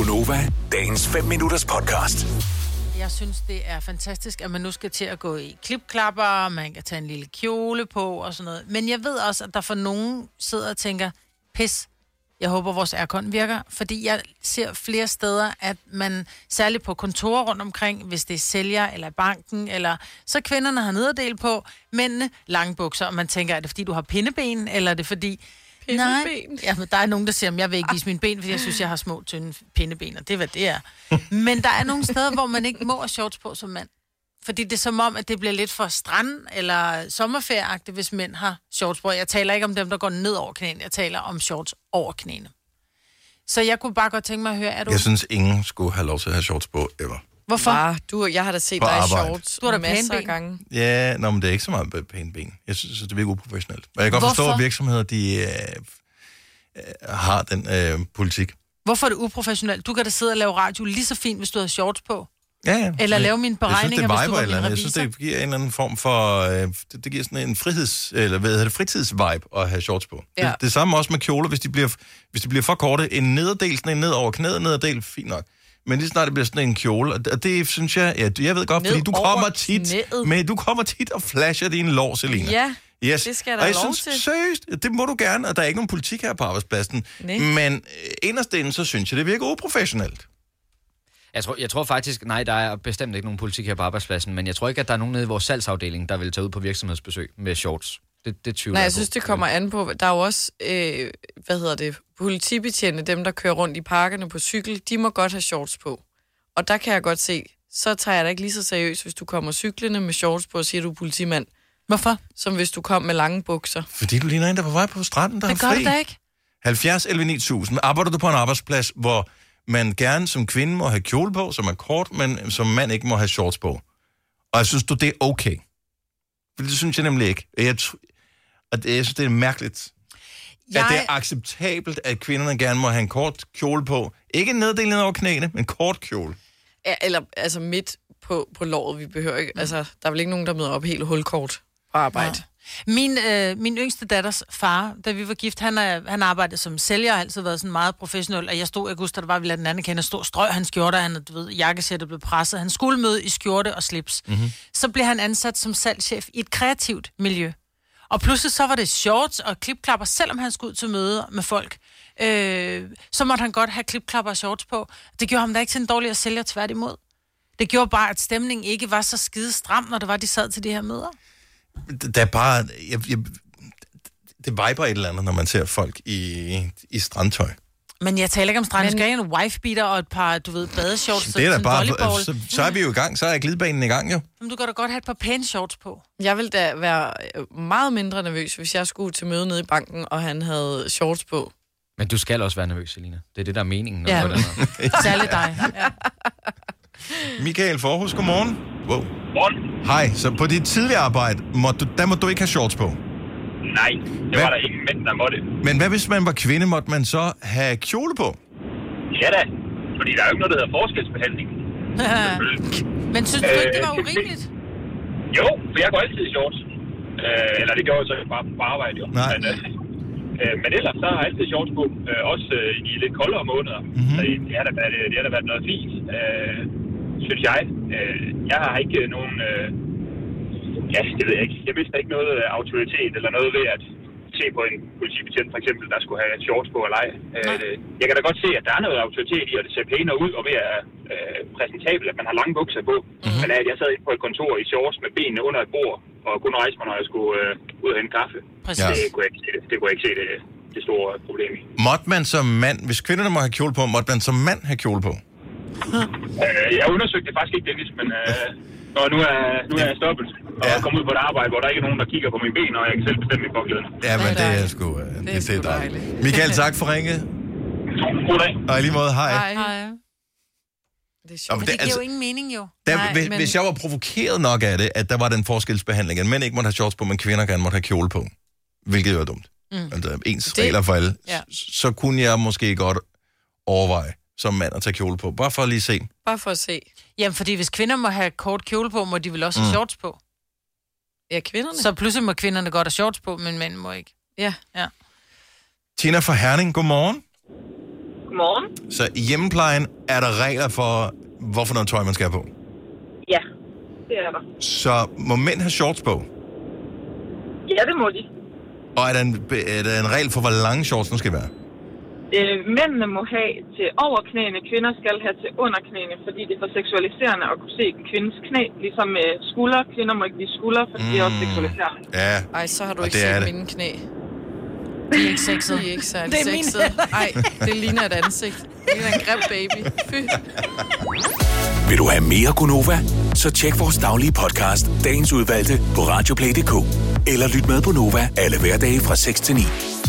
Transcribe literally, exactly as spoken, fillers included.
Gunova, dagens fem minutters podcast. Jeg synes, det er fantastisk, at man nu skal til at gå i klipklapper, man kan tage en lille kjole på og sådan noget. Men jeg ved også, at der for nogen sidder og tænker, pis, jeg håber, vores aircon virker. Fordi jeg ser flere steder, at man, særligt på kontorer rundt omkring, hvis det er sælger eller banken, eller så kvinderne har nederdel på, mændene lange bukser, og man tænker, er det fordi, du har pindeben, eller er det fordi... Nej, ja, men der er nogen, der siger, at jeg vil ikke vise mine ben, fordi jeg synes, jeg har små, tynde pindeben, og det er, hvad det er. Men der er nogle steder, hvor man ikke må have shorts på som mand. Fordi det er som om, at det bliver lidt for strand- eller sommerferieagtigt, hvis mænd har shorts på. Jeg taler ikke om dem, der går ned over knæene. Jeg taler om shorts over knæene. Så jeg kunne bare godt tænke mig at høre, er du... Jeg synes, ingen skulle have lov til at have shorts på, ever. Hvorfor? Bare, du, jeg har da set På dig i arbejde. shorts Du har da masser af pæne ben. gange. Ja, nå, men det er ikke så meget med pæne ben. Jeg synes, det virker uprofessionelt. Og jeg kan godt forstå, Hvorfor? at virksomheder, de øh, øh, har den øh, politik. Hvorfor er det uprofessionelt? Du kan da sidde og lave radio lige så fint, hvis du har shorts på. Ja, ja. Eller lave mine beregninger, jeg synes, det hvis du viber var et eller min andet. Jeg synes, revisor. det giver en eller anden form for... Øh, det, det giver sådan en friheds... Eller hvad hedder det? Fritidsvibe at have shorts på. Ja. Det, det samme også med kjoler, hvis de bliver, hvis de bliver for korte. En nederdel, sådan en ned over knæet, nederdel, fint nok. Men lige snart det bliver sådan en kjole, og det synes jeg... Ja, jeg ved godt, Ned fordi du over kommer tit... knæet. Men du kommer tit og flasher dine lår, Selina. Ja, Yes. det skal jeg da og jeg have lov synes, til. seriøst, det må du gerne, og der er ikke nogen politik her på arbejdspladsen. Nej. Men øh, inderst inde, så synes jeg, det virker uprofessionelt. Jeg tror, jeg tror faktisk, nej, der er bestemt ikke nogen politik her på arbejdspladsen, men jeg tror ikke, at der er nogen nede i vores salgsafdeling, der vil tage ud på virksomhedsbesøg med shorts. Det, det tvivler Nej, jeg jeg på. synes, det kommer an på. Der er jo også, øh, hvad hedder det, politibetjente, dem, der kører rundt i parkerne på cykel, de må godt have shorts på. Og der kan jeg godt se, så tager jeg da ikke lige så seriøst, hvis du kommer cyklende med shorts på og siger, du er politimand. Hvorfor? Som hvis du kom med lange bukser. Fordi du ligner en, der er på vej på stranden, der Det har gør fri. det da ikke. halvfjerds elleve ni tusind. Arbejder du på en arbejdsplads, hvor man gerne som kvinde må have kjole på, som er kort, men som mand ikke må have shorts på? Og jeg synes du, det er okay? For det synes jeg nemlig ikke. Jeg, tr- og det, jeg synes, det er mærkeligt. Jeg... At det er acceptabelt, at kvinderne gerne må have en kort kjole på. Ikke neddelen over knæene, men kort kjole. Ja, eller altså midt på, på låret, vi behøver ikke. Altså, der er vel ikke nogen, der møder op helt hulkort på arbejde. Ja. Min, øh, min yngste datters far, da vi var gift, han, er, han arbejdede som sælger, har altid været sådan meget professionel, og jeg stod, jeg husker, der var, vi lader den anden kende, stod strøg, han skjorte, han, du ved, jakkesættet blev presset, han skulle møde i skjorte og slips. Mm-hmm. Så blev han ansat som salgschef i et kreativt miljø. Og pludselig så var det shorts og klipklapper, selvom han skulle ud til møder med folk. Øh, så måtte han godt have klipklapper og shorts på. Det gjorde ham da ikke til en dårligere sælger, tværtimod. Det gjorde bare, at stemningen ikke var så skide stram, når det var, de sad til de her møder. Der er bare... Jeg, jeg, det viber et eller andet, når man ser folk i, i strandtøj. Men jeg taler ikke om strand. Men... Skal jeg have en wifebeater og et par, du ved, badeshorts Det er da til bare... volleyball? Så, så er vi jo i gang. Så er glidebanen i gang, jo. Men du kan da godt have et par pæne shorts på. Jeg ville da være meget mindre nervøs, hvis jeg skulle til møde nede i banken, og han havde shorts på. Men du skal også være nervøs, Selina. Det er det, der er meningen. Ja, Noget, særligt dig. Ja. Michael Forhus, godmorgen. Wow. Morgen. Hej, så på dit tidligere arbejde, må du, der må du ikke have shorts på? Nej, det Hvad? var der ingen mænd, der måtte. Men hvad hvis man var kvinde, måtte man så have kjole på? Ja da, fordi der er jo ikke noget, der hedder forskelsbehandling. Men synes du ikke, det var urimeligt? Jo, for jeg går altid i shorts. Øh, eller det gjorde jeg så ikke bare på arbejde, jo. Nej. Men, øh, øh, men ellers så har jeg altid shorts på, øh, også øh, i lidt koldere måneder. Mm-hmm. Så det har da været, det har da været noget fint, øh, synes jeg. Øh, jeg har ikke nogen... Øh, ja, det ved jeg ikke. Jeg vidste ikke noget autoritet eller noget ved at se på en politibetjent for eksempel, der skulle have shorts på eller ej. Øh, jeg kan da godt se, at der er noget autoritet i, at det ser pænere ud og ved at øh, præsentabelt, at man har lange bukser på. Mm-hmm. Men at jeg sad inde på et kontor i shorts med benene under et bord og kunne rejse mig, når jeg skulle øh, ud og hente kaffe. Præcis. Det kunne jeg ikke se det, det, kunne jeg ikke se det, det store problem i. Måtte man som mand, hvis kvinderne må have kjole på, måtte man som mand have kjole på? øh, jeg undersøgte det faktisk ikke, Dennis, men øh, når nu er, nu er jeg stoppet og Ja. ja. kommet ud på et arbejde, hvor der ikke er nogen, der kigger på mine ben, og jeg kan selv bestemme mit påklædning. Ja, men det er dejligt. sgu, uh, det, er det sgu er dejligt. dejligt. Michael, tak for ringet. God dag. Og i lige måde, hej. Nej, Nej. det er Jamen, sjovt. Men det giver jo ingen mening, jo. Der, Nej, hvis, men- hvis jeg var provokeret nok af det, at der var den forskelsbehandling, at mænd ikke måtte have shorts på, men kvinder gerne måtte have kjole på, hvilket jo er dumt. Mm. Altså, ens Det- regler for alle. Ja. S- så kunne jeg måske godt overveje som mand at tage kjole på. Bare for at lige se. Bare for at se. Jamen, fordi hvis kvinder må have kort kjole på, må de vel også have Mm. shorts på. Ja, kvinderne. Så pludselig må kvinderne godt have shorts på, men mænd må ikke. Ja. Ja. Tina fra Herning, godmorgen. Godmorgen. Så i hjemmeplejen er der regler for, hvorfor noget tøj man skal have på? Ja, det er der. Så må mænd have shorts på? Ja, det må de. Og er der en, er der en regel for, hvor lange shortsen skal være? Øh, mændene må have til over knæene, kvinder skal have til under knæene, fordi det er for seksualiserende at kunne se en kvindes knæ, ligesom med skuldre. Kvinder må ikke blive skuldre, fordi mm. det er også seksualiserende. Ja. Ej, så har du Og ikke det er set det. mine knæ. De er ikke sexede. De er ikke særlig Det er mine. sexede. Ej, det ligner et ansigt. Det ligner en grim baby. Fy. Vil du have mere Gunova? Så tjek vores daglige podcast, dagens udvalgte, på radioplay punktum d k. Eller lyt med på Nova alle hverdage fra seks til ni.